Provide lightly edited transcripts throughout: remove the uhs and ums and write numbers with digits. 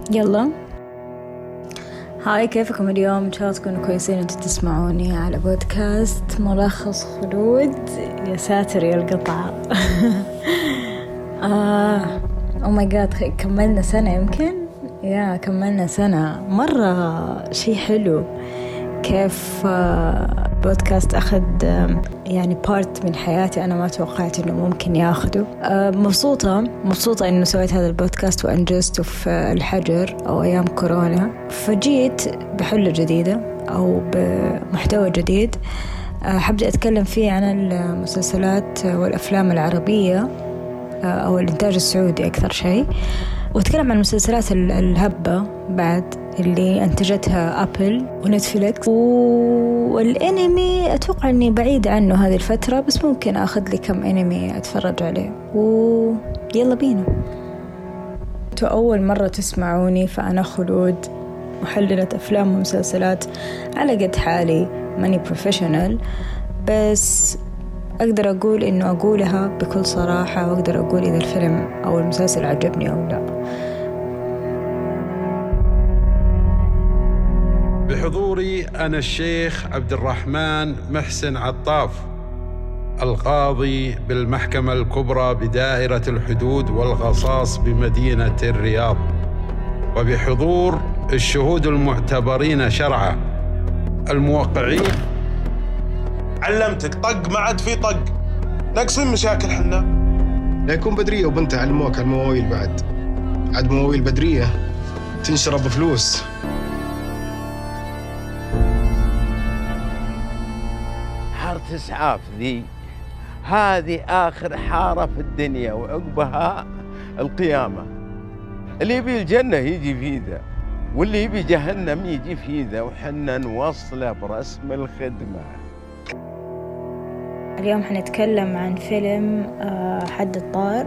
يلا، هاي، كيفكم اليوم؟ إن شاء الله تكونوا كويسين. أنتوا تسمعوني على بودكاست ملخص خلود. يا ساتر يا القطعة. أو ماي جاد، كملنا سنة يمكن. كملنا سنة، مرة شيء حلو. كيف بودكاست أخذ يعني بارت من حياتي أنا ما توقعت إنه ممكن ياخده. مبسوطة إنه سويت هذا البودكاست وأنجزته في الحجر أو أيام كورونا، فجيت بحلة جديدة أو بمحتوى جديد. حبدأ أتكلم فيه عن المسلسلات والأفلام العربية أو الإنتاج السعودي أكثر شيء، وأتكلم عن المسلسلات الهبة بعد اللي أنتجتها أبل ونتفليكس. والأنمي أتوقع أني بعيد عنه هذه الفترة، بس ممكن أخذ لي كم أنمي أتفرج عليه. ويلا بينا. أنتوا أول مرة تسمعوني، فأنا خلود، محللة أفلام ومسلسلات على قد حالي، ماني بروفيشنال، بس أقدر أقول إنه أقولها بكل صراحة، وأقدر أقول إذا الفيلم أو المسلسل عجبني أو لا. بحضوري أنا الشيخ عبد الرحمن محسن عطاف، القاضي بالمحكمة الكبرى بدائرة الحدود والقصاص بمدينة الرياض، وبحضور الشهود المعتبرين شرعا الموقعين. علمتك طق ما عاد في طق، ناقصين مشاكل حنا. لا يكون بدرية وبنتها علموك على المواويل، بعد عاد مواويل بدرية تنشرب بفلوس. حارة إسعاف هذه آخر حارة في الدنيا، وعقبها القيامة. اللي يبي الجنة يجي في ذا، واللي يبي جهنم يجي في ذا، وحنا نوصله برسم الخدمة. اليوم حنتكلم عن فيلم حد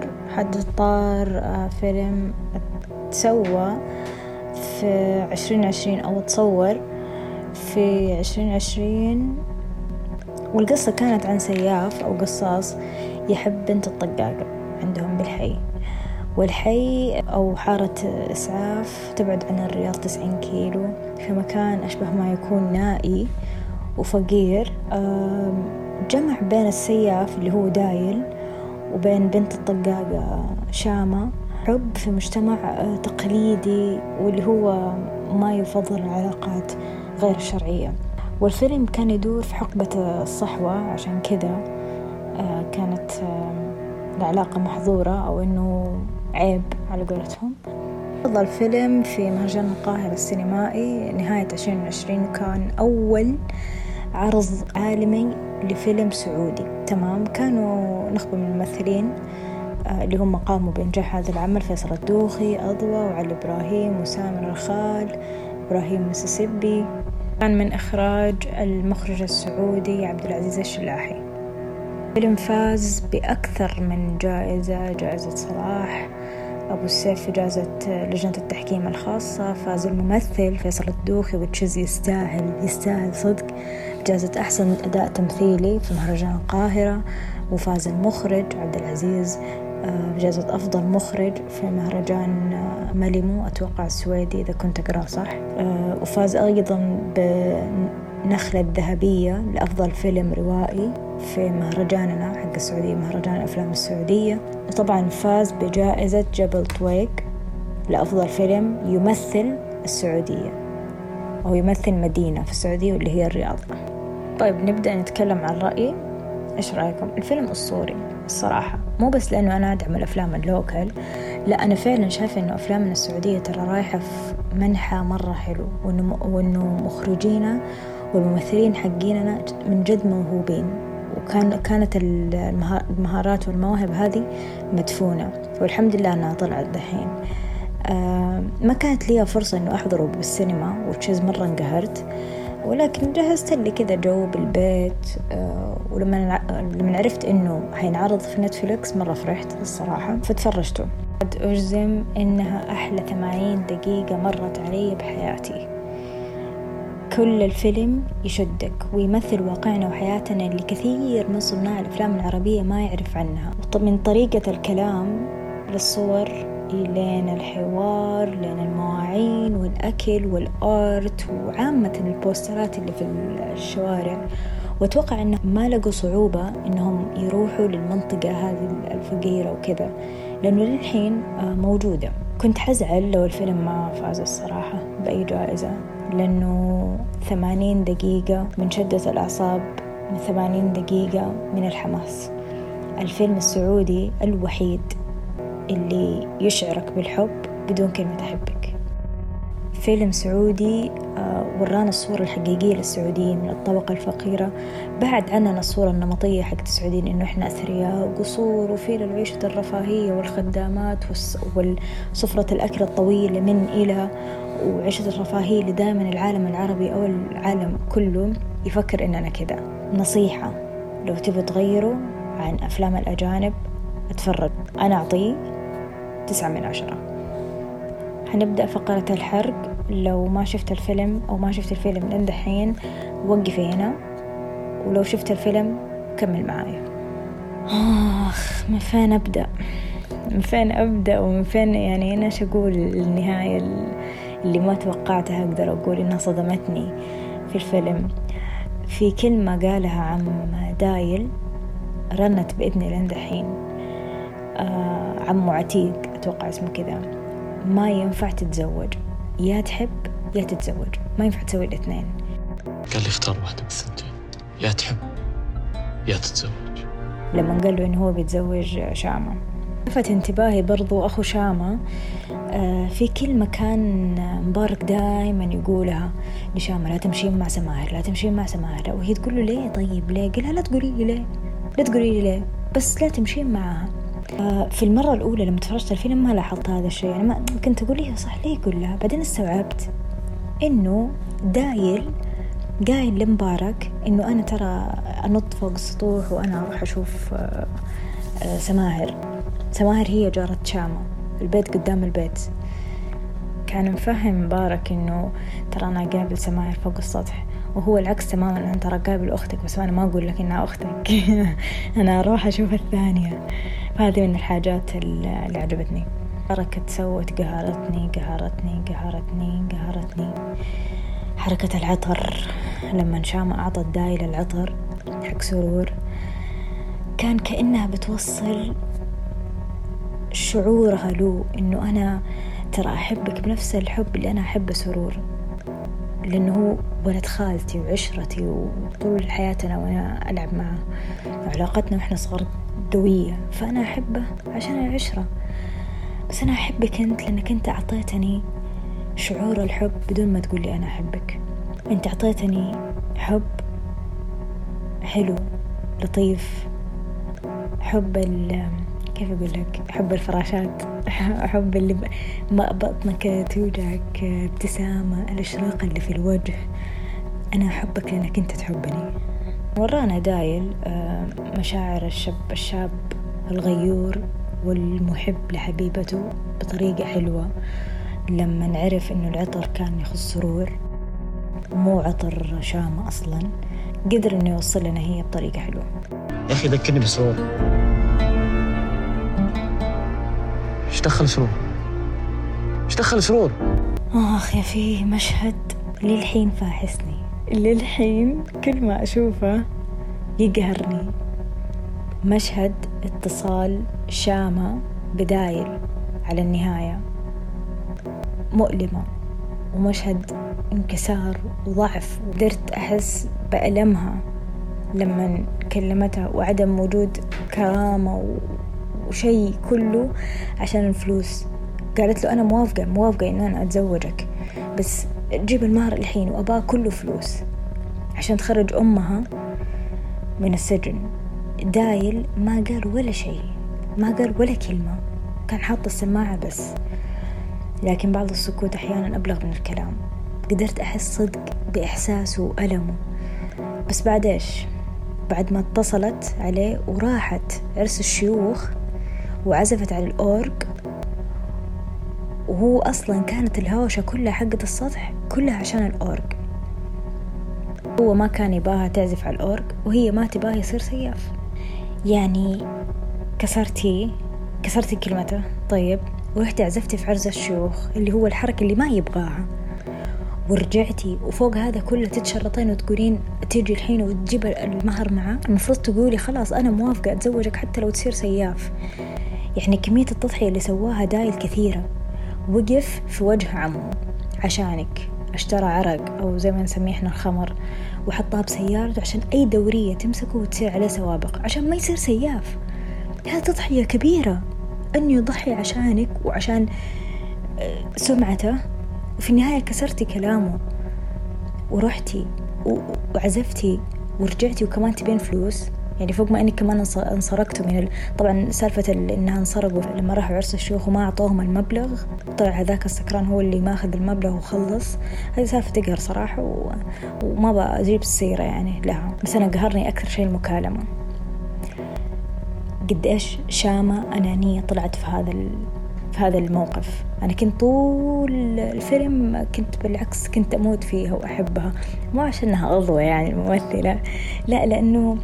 الطار. فيلم تسوى في 2020 أو تصور في 2020، والقصة كانت عن سياف أو قصاص يحب بنت الطقاقة عندهم بالحي، والحي أو حارة إسعاف تبعد عن الرياض 90 كيلو، في مكان أشبه ما يكون نائي وفقير. جمع بين السياف اللي هو دايل وبين بنت الطقاقة شامة، حب في مجتمع تقليدي واللي هو ما يفضل العلاقات غير الشرعية. والفيلم كان يدور في حقبة الصحوة، عشان كذا كانت العلاقة محظورة أو إنه عيب على قولتهم. أفضل فيلم في مهرجان القاهرة السينمائي نهاية 2020، كان أول عرض عالمي لفيلم سعودي. تمام، كانوا نخبة من الممثلين اللي هم قاموا بإنجاح هذا العمل: فيصل الدوخي، أضوى، وعلي إبراهيم، وسامر الخال، إبراهيم مسيسيبي. كان من إخراج المخرج السعودي عبد العزيز الشلاحي. الفيلم فاز بأكثر من جائزة: جائزة صلاح أبو السيف في جائزة لجنة التحكيم الخاصة، فاز الممثل فيصل الدوخي، وتشيز يستاهل صدق بجائزة أحسن أداء تمثيلي في مهرجان القاهرة، وفاز المخرج عبد العزيز بجائزة أفضل مخرج في مهرجان ملمو أتوقع السويدي إذا كنت أقرأ صح، وفاز أيضا بنخلة الذهبية لأفضل فيلم روائي في مهرجاننا حق السعودية، مهرجان الأفلام السعودية. وطبعا فاز بجائزة جبل طويق لأفضل فيلم يمثل السعودية أو يمثل مدينة في السعودية واللي هي الرياض. طيب نبدأ نتكلم عن رأيي. إيش رأيكم؟ الفيلم أسطوري الصراحة، مو بس لأنه أنا أدعم الأفلام اللوكال، لا، أنا فعلا شايفة إنه أفلامنا السعودية ترى رايحة في منحى مرة حلو، وإنه مخرجينا والممثلين حقيننا من جد موهوبين، وكانت المهارات والمواهب هذه مدفونة، والحمد لله أنها طلعت دحين. ما كانت لي فرصة إنه أحضره بالسينما، وتشيز مرة انقهرت، ولكن جهزت لي كذا جو بالبيت. ولما عرفت إنه هينعرض في نتفليكس مرة فرحت الصراحة، فتفرجته. قد أجزم إنها أحلى 80 دقيقة مرت علي بحياتي. كل الفيلم يشدك ويمثل واقعنا وحياتنا اللي كثير من صناع الأفلام العربية ما يعرف عنها، من طريقة الكلام للصور لين الحوار، لين المواعين والأكل والآرت وعامة البوسترات اللي في الشوارع. وأتوقع أنه ما لقوا صعوبة أنهم يروحوا للمنطقة هذه الفقيرة وكذا، لأنه للحين موجودة. كنت حزعل لو الفيلم ما فاز الصراحة بأي جائزة، لأنه 80 دقيقة من شدة الأعصاب، من 80 دقيقة من الحماس. الفيلم السعودي الوحيد اللي يشعرك بالحب بدون كلمة أحبك. فيلم سعودي ورانا الصورة الحقيقية للسعوديين من الطبقة الفقيرة، بعد عننا الصورة النمطية حق السعوديين إنه إحنا أثرياء وقصور وفي العيشة الرفاهية والخدامات والسفرة الأكل الطويلة من إلى، وعيشة الرفاهية اللي دائما العالم العربي أو العالم كله يفكر إننا كذا. نصيحة، لو تبي تغيروا عن أفلام الأجانب اتفرج. أنا أعطيه 9 من 10. حنبدأ فقرة الحرق. لو ما شفت الفيلم أو ما شفت الفيلم لين دحين وقفي هنا، ولو شفت الفيلم كمل معايا. من فين أبدأ؟ ومن فين يعني أنا أقول النهاية اللي ما توقعتها أقدر أقول إنها صدمتني في الفيلم. في كلمة قالها عم دايل رنت بإذني لين دحين، عمو عتيق أتوقع اسمه كذا: ما ينفع تتزوج، يا تحب يا تتزوج، ما ينفع تسوي الاثنين. قال لي اختار واحدة من الثنتين، يا تحب يا تتزوج. لما قال له إنه هو بيتزوج شامة، لفت انتباهي برضو أخو شامة في كلمة كان مبارك دائما يقولها لشامة: لا تمشين مع سماهر، لا تمشين مع سماهر. وهي تقول له: ليه؟ طيب ليه؟ قالها: لا تقولي لي ليه، لا تقولي لي ليه، بس لا تمشين معها. في المرة الأولى لما تفرجت الفيلم ما لاحظت هذا الشيء، يعني ما كنت أقول ليه صح ليه يقول لها. بعدين استوعبت إنه دايل قايل لمبارك إنه أنا ترى أنط فوق السطوح وأنا أروح أشوف سماهر هي جارة شامة، البيت قدام البيت. كان مفهم مبارك إنه ترى أنا قابل سماهر فوق السطح، وهو العكس تماما، أنت ترى قابل أختك بس أنا ما أقول لك إنها أختك أنا أروح أشوف الثانية. فهذه من الحاجات اللي عجبتني. حركة سوت قهرتني. حركة العطر لما شامة أعطت دايل العطر حق سرور، كان كأنها بتوصل شعورها له إنه أنا ترى أحبك بنفس الحب اللي أنا أحب سرور، لأنه هو ولد خالتي وعشرتي وطول حياتنا وأنا ألعب معه، وعلاقتنا وإحنا صغار دوية، فأنا أحبه عشان العشرة. بس أنا أحبك أنت لأنك أنت أعطيتني شعور الحب بدون ما تقول لي أنا أحبك. أنت أعطيتني حب حلو لطيف، حب كيف أقول لك، حب الفراشات، حب اللي ما بطنك توجعك، ابتسامة، الإشراق اللي في الوجه. أنا أحبك لأنك أنت تحبني. ورانا دايل مشاعر الشاب الغيور والمحب لحبيبته بطريقة حلوة، لما نعرف إنه العطر كان يخص سرور مو عطر شامة أصلا، قدر إنه يوصل لنا هي بطريقة حلوة. يا أخي ذكرني بسرور. إيش دخل سرور؟ يا فيه مشهد للحين فاحسني، للحين كل ما أشوفه يقهرني. مشهد اتصال شامة بدايل على النهاية مؤلمة، ومشهد انكسار وضعف، وقدرت أحس بألمها لما كلمتها، وعدم وجود كرامة وشيء كله عشان الفلوس. قالت له: أنا موافقة إن أنا أتزوجك، بس جيب المهر الحين، وأباه كله فلوس عشان تخرج أمها من السجن. دايل ما قال ولا شيء، ما قال ولا كلمة، كان حاط السماعة بس، لكن بعض السكوت أحيانا أبلغ من الكلام. قدرت أحس صدق بإحساسه وألمه. بس بعد إيش؟ بعد ما اتصلت عليه وراحت عرس الشيوخ وعزفت على الأورج، وهو أصلا كانت الهوشة كلها حقة السطح كلها عشان الأورج. هو ما كان يباها تعزف على الأورج، وهي ما تباه يصير سياف. يعني كسرتي كلمته. طيب، ورحتي عزفتي في عرس الشيوخ اللي هو الحركة اللي ما يبغاها، ورجعتي وفوق هذا كله تتشرطين وتقولين تيجي الحين وتجيب المهر معه، المفروض تقولي خلاص أنا موافقة أتزوجك حتى لو تصير سياف. يعني كمية التضحية اللي سواها دايل كثيرة. وقف في وجه عمه عشانك، اشترى عرق أو زي ما نسميه احنا الخمر وحطها بسيارته عشان أي دورية تمسكه وتصير عليه سوابق عشان ما يصير سياف. هذه تضحية كبيرة، أن يضحي عشانك وعشان سمعته، وفي النهاية كسرتي كلامه ورحتي وعزفتي ورجعتي وكمان تبين فلوس. يعني فوق ما انك كمان انسرقتوا من طبعا سالفة انها انسرقوا لما راحوا عرس الشيوخ وما اعطوهم المبلغ، طلع هذاك السكران هو اللي ماخذ المبلغ وخلص. هذه سالفة تقهر صراحة وما بقى اجيب السيرة يعني لها. بس انا قهرني اكثر شيء المكالمة، قد ايش شامة انانية طلعت في هذا الموقف. أنا كنت طول الفيلم كنت بالعكس كنت أموت فيها وأحبها، مو عشانها غضوة يعني الممثلة، لا، لأنه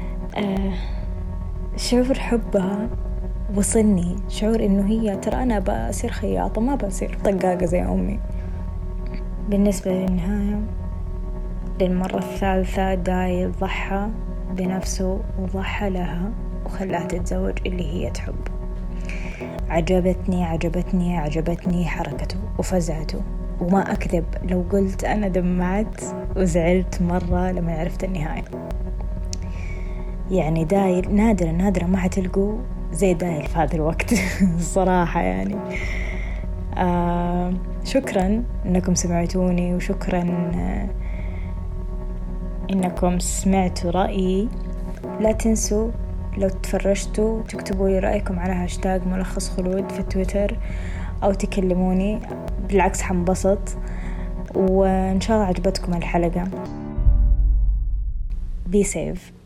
شعور حبها وصلني، شعور إنه هي ترى أنا بصير خياطة ما بصير طقاقة زي أمي. بالنسبة للنهاية للمرة الثالثة دايل ضحى بنفسه وضحى لها وخلاها تتزوج اللي هي تحب. عجبتني حركته وفزعته، وما أكذب لو قلت أنا دمعت وزعلت مرة لما عرفت النهاية. يعني دايل نادرا ما حتلقوا زي دايل في هذا الوقت الصراحة يعني. شكرا إنكم سمعتوني، وشكرا إنكم سمعتوا رأيي. لا تنسوا لو تفرجتوا تكتبوا لي رأيكم على هاشتاج ملخص خلود في تويتر أو تكلموني، بالعكس حنبسط. وإن شاء الله عجبتكم الحلقة. Be safe.